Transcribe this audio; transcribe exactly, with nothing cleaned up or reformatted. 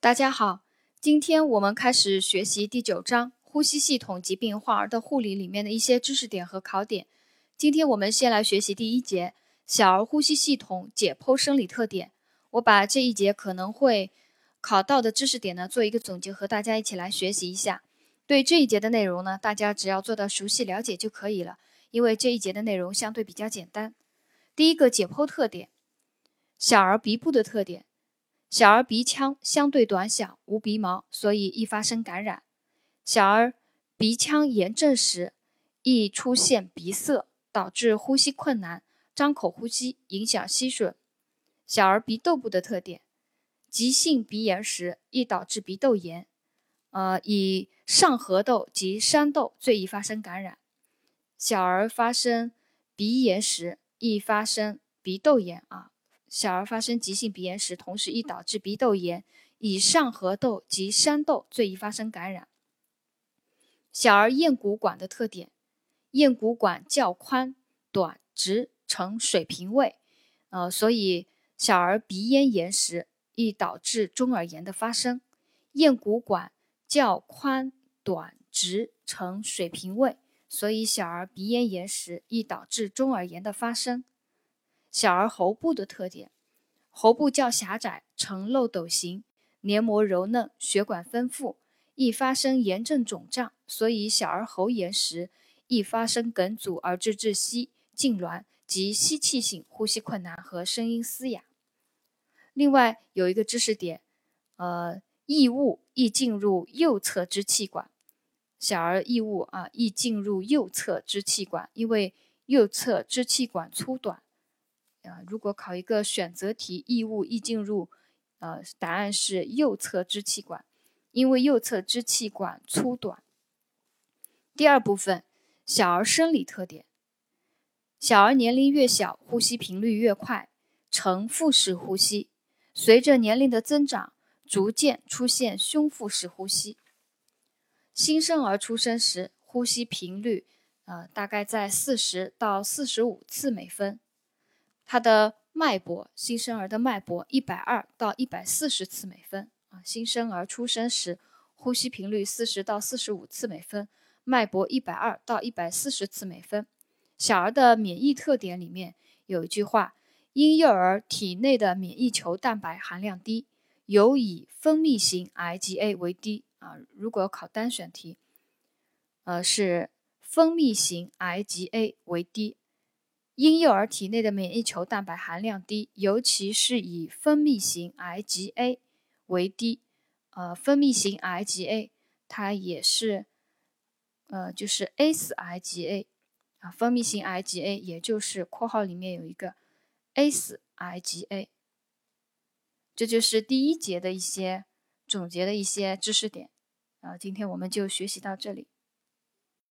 大家好，今天我们开始学习第九章呼吸系统疾病患儿的护理里面的一些知识点和考点。今天我们先来学习第一节小儿呼吸系统解剖生理特点。我把这一节可能会考到的知识点呢做一个总结，和大家一起来学习一下。对这一节的内容呢，大家只要做到熟悉了解就可以了，因为这一节的内容相对比较简单。第一个解剖特点，小儿鼻部的特点。小儿鼻腔相对短小，无鼻毛，所以易发生感染。小儿鼻腔炎症时，易出现鼻塞，导致呼吸困难，张口呼吸，影响吸吮。小儿鼻窦部的特点，急性鼻炎时易导致鼻窦炎，呃，以上颌窦及山窦最易发生感染。小儿发生鼻炎时，易发生鼻窦炎啊。小儿发生急性鼻炎时，同时易导致鼻窦炎，以上颌窦及山窦最易发生感染。小儿咽鼓管的特点，咽鼓管较宽、短、直，呈水平位，呃，所以小儿鼻咽炎时易导致中耳炎的发生。咽鼓管较宽、短、直，呈水平位，所以小儿鼻咽炎时易导致中耳炎的发生。小儿喉部的特点，喉部较狭窄，呈漏斗形，黏膜柔嫩，血管丰富，易发生炎症肿胀，所以小儿喉炎时易发生梗阻而致窒息、痉挛及吸气性呼吸困难和声音嘶哑。另外有一个知识点，呃，异物易进入右侧支气管。小儿异物啊，易进入右侧支气管，因为右侧支气管粗短。呃，如果考一个选择题，异物易进入，呃，答案是右侧支气管，因为右侧支气管粗短。第二部分，小儿生理特点。小儿年龄越小，呼吸频率越快，呈腹式呼吸，随着年龄的增长，逐渐出现胸腹式呼吸。新生儿出生时，呼吸频率呃大概在四十到四十五次每分。它的脉搏，新生儿的脉搏一百二到一百四十次每分啊。新生儿出生时，呼吸频率四十到四十五次每分，脉搏一百二到一百四十次每分。小儿的免疫特点里面有一句话：婴幼儿体内的免疫球蛋白含量低，尤以分泌型 I G A 为低啊。如果考单选题，呃是分泌型 I G A 为低。婴幼儿体内的免疫球蛋白含量低，尤其是以分泌型 I G A 为低。呃，分泌型 I G A 它也是，呃，就是 ACE I G A 啊，分泌型 I G A 也就是括号里面有一个 ACE I G A。这就是第一节的一些总结的一些知识点。啊，今天我们就学习到这里。